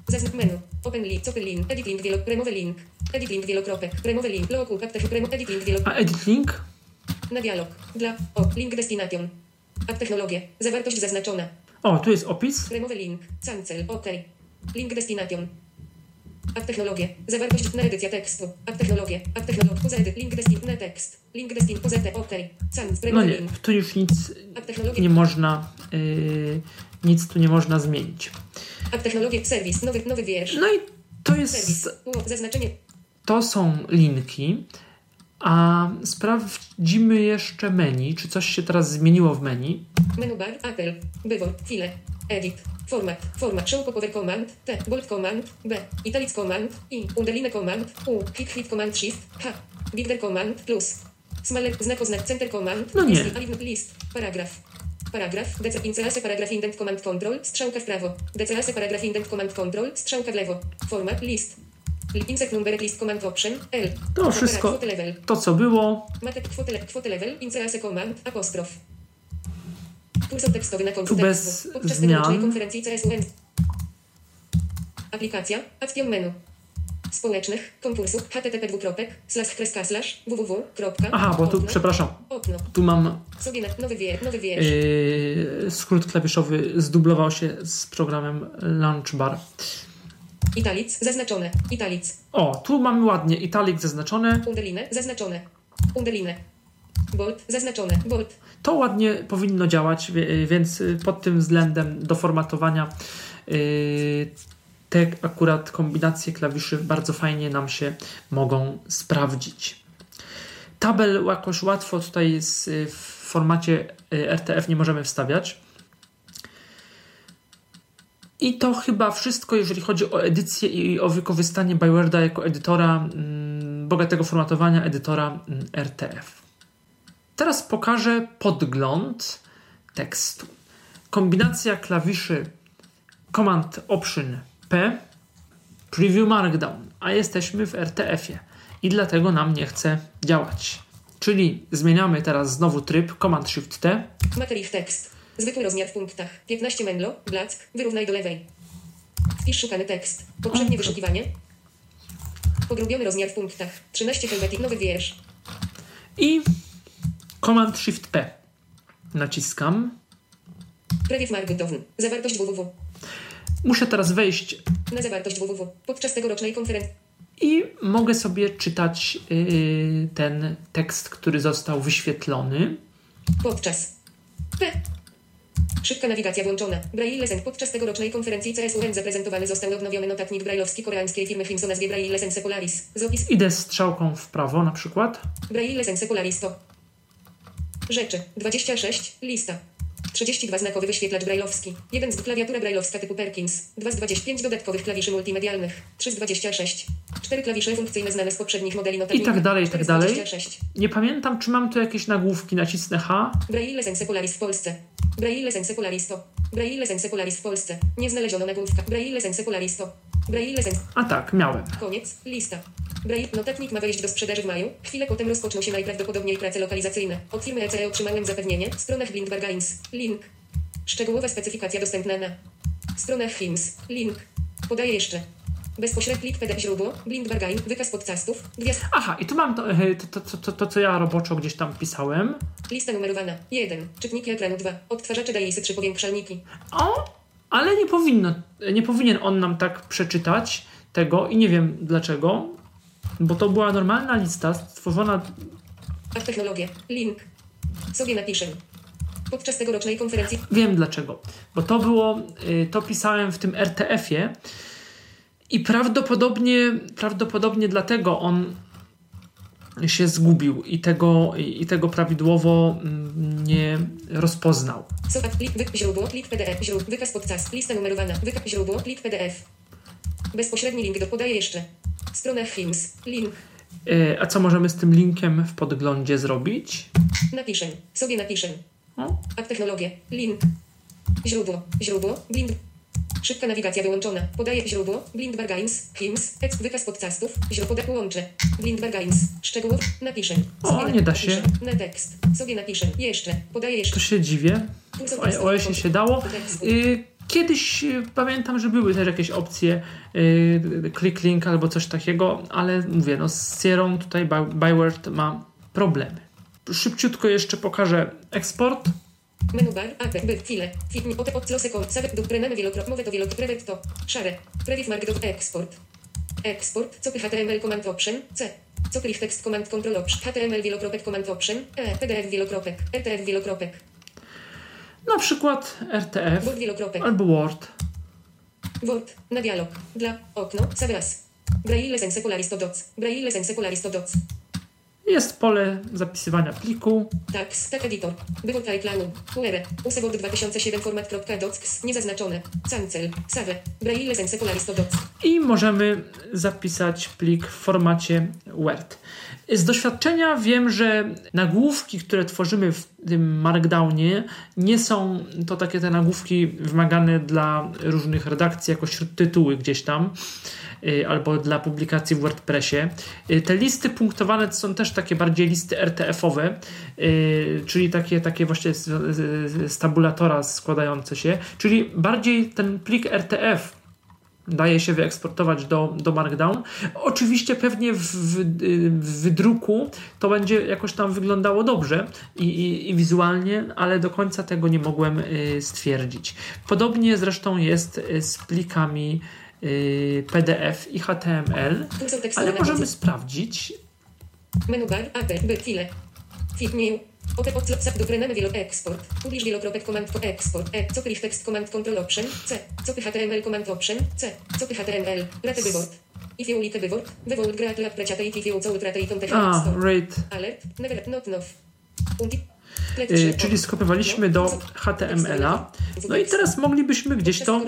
Zaznacz menu. Open link. Open link. Edit link. Remove link. Edit link wielokropek. Remove link. Loku. Edit link wielokropek. A edit link? Na dialog. Dla. Link destination. App technologie. Zawartość zaznaczona. O, tu jest opis. Remove link. Cancel. OK. Link destination. App technologie. Zawartość na edycja tekstu. App technologie. App technologie. Poza edyt. Link destin. Na tekst. Link destin. Poza te. OK. Cancel. No nie, tu już nic nie można nic tu nie można zmienić. App technologie. Serwis. Nowy wiersz. No i to jest Serwis. Zaznaczenie. To są linki. A sprawdzimy jeszcze menu, czy coś się teraz zmieniło w menu. Menu bar, Apple, Byword, File, Edit, Format, Show Power Command, T, Bold Command, B, Italic Command, I, Underline Command, U, Hit Command Shift, H, Bigger Command, Plus, Smaller, znak Center Command, no nie. List, Paragraf, Incelase Paragraph Indent Command Control, strzałka w prawo, Decelase Paragraph Indent Command Control, strzałka w lewo, Format, List, Insert Number List Command Option, L, to wszystko, to co było. Matek kwotę level, Incelase Command, apostrof. Kursor tekstowy na końcu bez tekstu. Podczas zmian. tegorocznej konferencji CSUN. Aplikacja, Action Menu. Społecznych, konkursów, http:// www. Aha, bo tu, przepraszam, tu mam sobie nowy wiersz. Skrót klawiszowy zdublował się z programem Launchbar. Italic, zaznaczone. Italic. O, tu mamy ładnie italic zaznaczone. Underline, zaznaczone. Underline. Bold, zaznaczone. Bold. To ładnie powinno działać, więc pod tym względem do formatowania te akurat kombinacje klawiszy bardzo fajnie nam się mogą sprawdzić. Tabel jakoś łatwo tutaj w formacie RTF nie możemy wstawiać. I to chyba wszystko, jeżeli chodzi o edycję i o wykorzystanie Byworda jako edytora, bogatego formatowania edytora RTF. Teraz pokażę podgląd tekstu. Kombinacja klawiszy Command Option P, Preview Markdown, a jesteśmy w RTF-ie i dlatego nam nie chce działać. Czyli zmieniamy teraz znowu tryb Command Shift T. Material tekst. Zwykły rozmiar w punktach. 15 menlo, black, wyrównaj do lewej. Wpisz szukany tekst. Poprzednie wyszukiwanie. Pogrubiony rozmiar w punktach. 13 helvetic, nowy wiersz. I Command Shift P. Naciskam. Preview Markdown. Zawartość www. Muszę teraz wejść na zawartość www. Podczas tegorocznej konferencji. I mogę sobie czytać ten tekst, który został wyświetlony. Podczas. P. Szybka nawigacja włączona. Braille Lesson. Podczas tegorocznej konferencji CSUN zaprezentowany został odnowiony notatnik brajlowski koreańskiej firmy Hims o nazwie Braille Sense Polaris. Zapis. Idę strzałką w prawo na przykład. Braille Sense Polaris to rzeczy. 26. Lista. 32 znakowy wyświetlacz brajlowski. 1 z klawiatura brajlowska typu Perkins. 2 z 25 dodatkowych klawiszy multimedialnych. 3 z 26. 4 klawisze funkcyjne znane z poprzednich modeli notatników. I tak dalej, i tak dalej. 26. Nie pamiętam, czy mam tu jakieś nagłówki. Nacisnę H. Braille Sense Polaris w Polsce. Braille Sense Polaris to. Braille Sense Polaris w Polsce. Nie znaleziono nagłówka. Braille Sense Polaris to. Braille Sense. A tak, miałem. Koniec. Lista. Braille notatnik ma wejść do sprzedaży w maju. Chwilę potem rozpoczną się najprawdopodobniej prace lokalizacyjne. Od firmy ECE otrzymałem zapewnienie. W stronach Blind Bargains. Link. Szczegółowa specyfikacja dostępna na stronach Hims. Link. Podaję jeszcze. Bezpośredni plik PDF źródło. Blind Bargain. Wykaz podcastów. Aha, i tu mam to, co ja roboczo gdzieś tam pisałem. Lista numerowana. 1. Czytniki ekranu 2. Odtwarzacze Daisy 3 powiększalniki. O! Ale nie powinien on nam tak przeczytać tego i nie wiem dlaczego, bo to była normalna lista stworzona. A technologię. Link. Sobie napiszę. Podczas tegorocznej konferencji. Wiem dlaczego. Bo to było, to pisałem w tym RTF-ie i prawdopodobnie dlatego on się zgubił i tego prawidłowo nie rozpoznał. Źródło, plik PDF, wykaz podcast, lista numerowana, wykaz źródło, plik PDF. Bezpośredni link podaję jeszcze. Strona Hims, link. A co możemy z tym linkiem w podglądzie zrobić? Napiszę, sobie napiszę. App technologie, link. Źródło, blind. Szybka nawigacja wyłączona. Podaję źródło, Blind Bargains, Hims, wykaz podcastów, źródło łączę. Blind Bargains, szczegółów, napiszę. Nie da się. Na tekst, sobie napiszę. Jeszcze, podaję jeszcze. To się dziwię. W iOSie się dało. Kiedyś pamiętam, że były też jakieś opcje click link albo coś takiego, ale mówię, no z Sierrą tutaj Byword ma problemy. Szybciutko jeszcze pokażę eksport. Menu bar, AP, by, file, fitni, ote, od, sekund, savet, du, prenamy wielokrotnie, mowy to wielokrotnie, prevent to, share, previv markdown, export, co HTML command option, C, co cliff text command control option, HTML wielokropek command option, PDF wielokropek, RTF wielokropek. Na przykład RTF Word wielokropek. albo Word. Word, na dialog, dla, okno, savras, braille sense polaristo doc, braille sense polaristo doc. Jest pole zapisywania pliku. Tax, tak editor. Wywód planu. URL. Useword 2007 format.docs. Niezaznaczone. Cancel. Save. Braille sense polaristo docs. I możemy zapisać plik w formacie Word. Z doświadczenia wiem, że nagłówki, które tworzymy w tym Markdownie, nie są to takie te nagłówki wymagane dla różnych redakcji jako śródtytuły gdzieś tam, albo dla publikacji w WordPressie. Te listy punktowane to są też takie bardziej listy RTF-owe, czyli takie właśnie z tabulatora składające się, czyli bardziej ten plik RTF daje się wyeksportować do Markdown. Oczywiście pewnie w wydruku to będzie jakoś tam wyglądało dobrze i wizualnie, ale do końca tego nie mogłem stwierdzić. Podobnie zresztą jest z plikami PDF i HTML, ale możemy sprawdzić. Menu bar, AP, by, file, fit new, ote, od, do prenamy export, publish wielokropek command to export, co cliff text command control option, C, co HTML command option, C, co HTML, rate wyword. If you like wyword, wyword gratulate preciate if you co utrate i tą rate. Alert, never, not enough. Czyli skopiowaliśmy do HTML-a. No i teraz moglibyśmy gdzieś to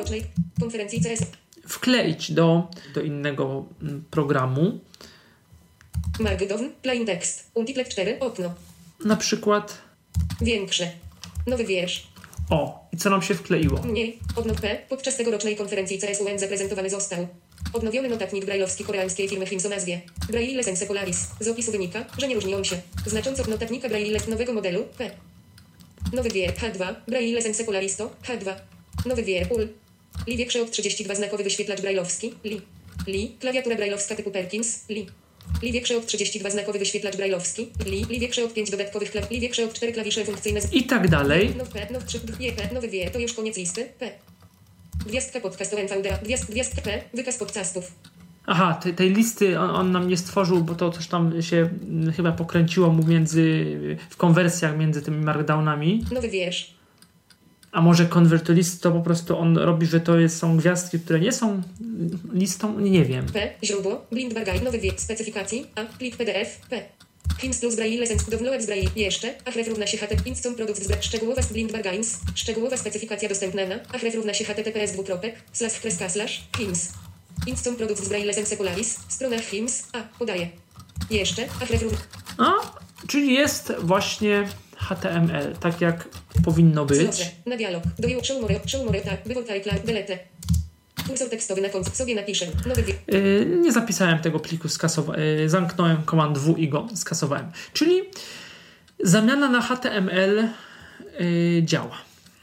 wkleić do innego programu. Markdown, plain text, multiplex 4, okno. Na przykład większe. Nowy wiersz. O, i co nam się wkleiło? Mniej. Odnow P. Podczas tegorocznej konferencji CSUN zaprezentowany został odnowiony notatnik brajlowski koreańskiej firmy HIMS o nazwie Braille Sense Polaris. Z opisu wynika, że nie różni on się znacząco od notatnika Braille nowego modelu P. Nowy wier H2, Braille Sense Polaristo H2. Nowy wier UL. Li większy od 32 znakowy wyświetlacz brajlowski Li. Klawiatura brajlowska typu Perkins Li większy od 32 znakowy wyświetlacz brajlowski Li większy od 5 dodatkowych Li większy od 4 klawisze funkcyjne i tak dalej. Nowy wier, to już koniec listy P. Gwiazdka podcast ONVDA, gwiazdka P, wykaz podcastów. Aha, tej listy on nam nie stworzył, bo to coś tam się chyba pokręciło mu w konwersjach między tymi markdownami. Nowy wiersz. A może convert to list to po prostu on robi, że to są gwiazdki, które nie są listą? Nie wiem. P, źródło, blind bargain, nowy wiek, specyfikacji, A, plik PDF, P. HIMS plus Braille Sense, download z Braille, jeszcze, Ahref równa się HT, Instant Products, szczegółowa blind bargains, szczegółowa specyfikacja dostępna na, Ahref równa się https://HIMS. Instant Products z Braille Sense Polaris, strona HIMS, A, podaje. Jeszcze, Ahref równa. A, czyli jest właśnie HTML, tak jak powinno być. Zlodze, na dialog, do you show more, tak, wywód title, delete. Kursor tekstowy na końcu, sobie napiszę, nowy wiek. Nie zapisałem tego pliku, zamknąłem Command W i go skasowałem. Czyli zamiana na HTML działa.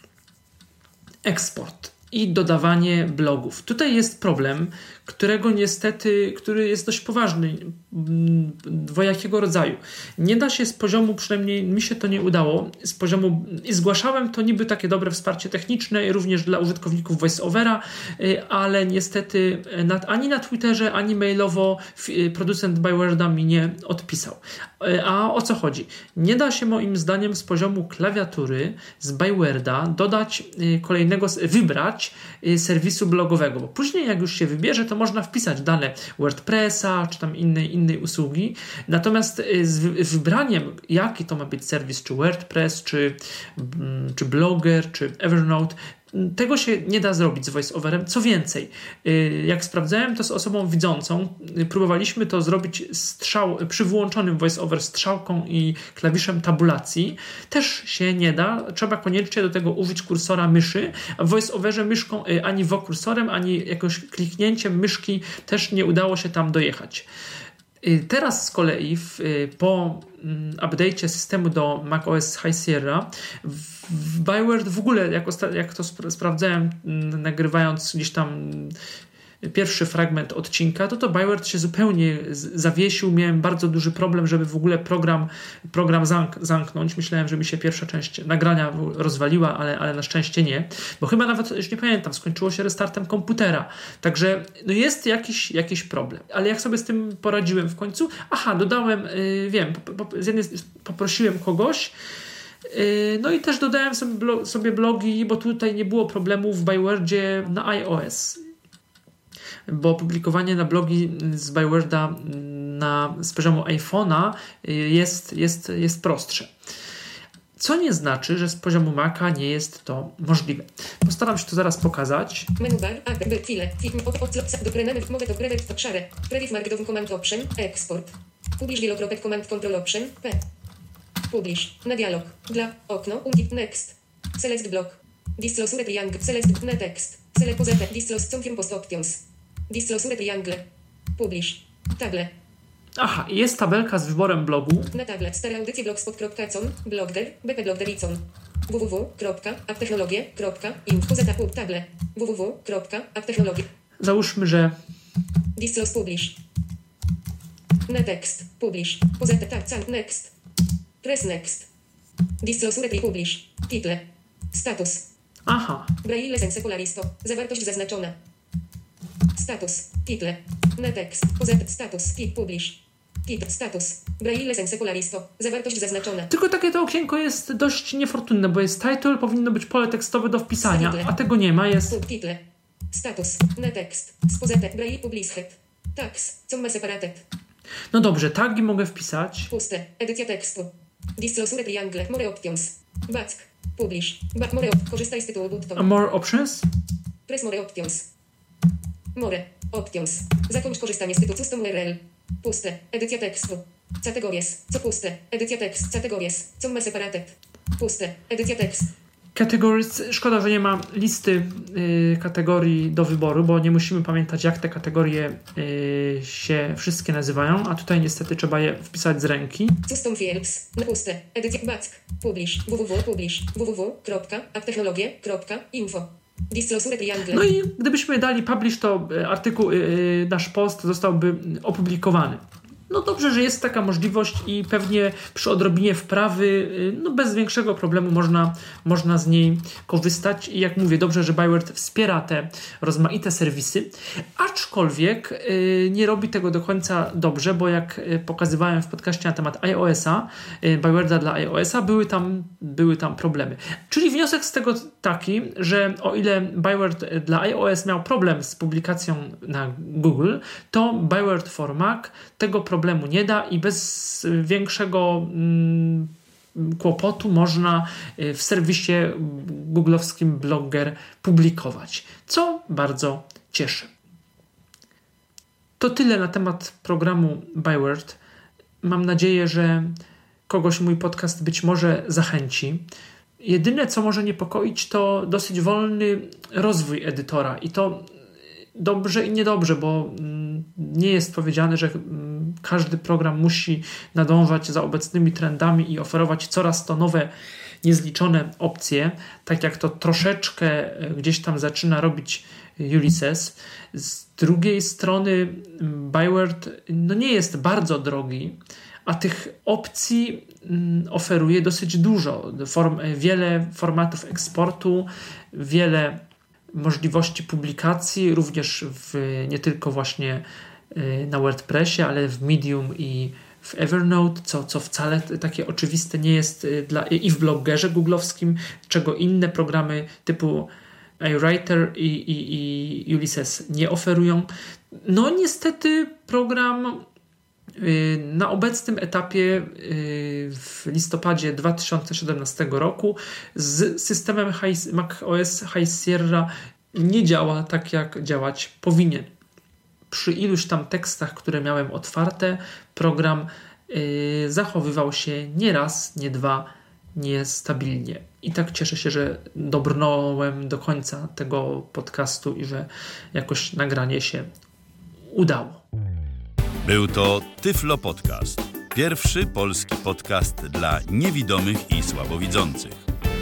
Eksport i dodawanie blogów. Tutaj jest problem, który jest dość poważny, dwojakiego rodzaju. Nie da się z poziomu, przynajmniej mi się to nie udało, z poziomu, i zgłaszałem to niby takie dobre wsparcie techniczne, również dla użytkowników VoiceOvera, ale niestety ani na Twitterze, ani mailowo producent Byworda mi nie odpisał. A o co chodzi? Nie da się moim zdaniem z poziomu klawiatury z Byworda dodać wybrać serwisu blogowego, bo później jak już się wybierze, to można wpisać dane WordPressa, czy tam innej usługi. Natomiast z wybraniem, jaki to ma być serwis, czy WordPress, czy Blogger, czy Evernote, tego się nie da zrobić z VoiceOverem. Co więcej, jak sprawdzałem to z osobą widzącą, próbowaliśmy to zrobić przy włączonym VoiceOver strzałką i klawiszem tabulacji. Też się nie da. Trzeba koniecznie do tego użyć kursora myszy. A w VoiceOverze myszką ani kursorem, ani jakimś kliknięciem myszki też nie udało się tam dojechać. Teraz z kolei po update'cie systemu do macOS High Sierra w Byword w ogóle, jak to sprawdzałem, nagrywając gdzieś tam pierwszy fragment odcinka, to Byword się zupełnie zawiesił. Miałem bardzo duży problem, żeby w ogóle program zamknąć. Myślałem, że mi się pierwsza część nagrania rozwaliła, ale na szczęście nie. Bo chyba nawet, już nie pamiętam, skończyło się restartem komputera. Także no jest jakiś problem. Ale jak sobie z tym poradziłem w końcu? Dodałem, z jednej poprosiłem kogoś, no i też dodałem sobie blogi, bo tutaj nie było problemu w Bywordzie na iOS. Bo publikowanie na blogi z Byworda z poziomu iPhone'a jest prostsze. Co nie znaczy, że z poziomu Maca nie jest to możliwe. Postaram się to zaraz pokazać. Menu bar, file, Preview markdown command option, export. Publish wielokropek command control option, P. Publish, na dialog, dla, okno, next. Select block. Disclosure triangle, select, na tekst. Select pozete, disclose, post options. Disclosure triangle. Publish. Table. Jest tabelka z wyborem blogu. Na table stare audycje blogspot.com, blogger, bpbloggericon. www.apptechnologie.info table. www.apptechnologie. Załóżmy, że Disclose publish. Na tekst. Publish. Pozete tab, next. Press next. Disclosure publish. Title. Status. Braille sense polaristo. Zawartość zaznaczona. Status. Title. Na tekst. Pozet. Status. Publish. Title. Status. Braille sense polaristo. Zawartość zaznaczona. Tylko takie to okienko jest dość niefortunne, bo jest title, powinno być pole tekstowe do wpisania, a tego nie ma. Jest Title. Status. Na tekst. Spozete. Braille published. Tags. Comma separated. No dobrze, tagi mogę wpisać. Puste. Edycja tekstu. Disclosure triangle. More options. Back. Publish. Korzystaj z tytułu button. More options? Press more options. More. Options. Zakończ korzystanie z tytułu custom URL. Puste. Edycja tekstu. Categories. Co puste. Edycja tekst. Categories. Comma separated. Puste. Edycja tekst. Categories. Szkoda, że nie ma listy kategorii do wyboru, bo nie musimy pamiętać, jak te kategorie się wszystkie nazywają, a tutaj niestety trzeba je wpisać z ręki. Custom fields. Na puste. Edycja back. Publish. www.apptechnologie.info. Disclosure triangle. No i gdybyśmy dali publish, to artykuł, nasz post zostałby opublikowany. No dobrze, że jest taka możliwość i pewnie przy odrobinie wprawy bez większego problemu można z niej korzystać. I jak mówię, dobrze, że Byword wspiera te rozmaite serwisy, aczkolwiek nie robi tego do końca dobrze, bo jak pokazywałem w podcaście na temat iOS-a, Byworda dla iOS-a, były tam problemy. Czyli wniosek z tego taki, że o ile Byword dla iOS miał problem z publikacją na Google, to Byword for Mac tego problemu nie da i bez większego kłopotu można w serwisie googlowskim Blogger publikować, co bardzo cieszy. To tyle na temat programu Byword. Mam nadzieję, że kogoś mój podcast być może zachęci. Jedyne, co może niepokoić, to dosyć wolny rozwój edytora i to dobrze i niedobrze, bo nie jest powiedziane, że każdy program musi nadążać za obecnymi trendami i oferować coraz to nowe, niezliczone opcje, tak jak to troszeczkę gdzieś tam zaczyna robić Ulysses. Z drugiej strony Byword nie jest bardzo drogi, a tych opcji oferuje dosyć dużo. Wiele formatów eksportu, wiele możliwości publikacji, również nie tylko właśnie na WordPressie, ale w Medium i w Evernote, co wcale takie oczywiste nie jest i w Bloggerze googlowskim, czego inne programy typu iWriter i Ulysses nie oferują. No niestety program na obecnym etapie w listopadzie 2017 roku z systemem macOS High Sierra nie działa tak, jak działać powinien. Przy iluś tam tekstach, które miałem otwarte, program zachowywał się nie raz, nie dwa, niestabilnie. I tak cieszę się, że dobrnąłem do końca tego podcastu i że jakoś nagranie się udało. Był to Tyflo Podcast. Pierwszy polski podcast dla niewidomych i słabowidzących.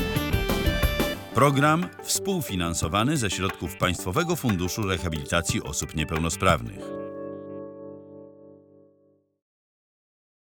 Program współfinansowany ze środków Państwowego Funduszu Rehabilitacji Osób Niepełnosprawnych.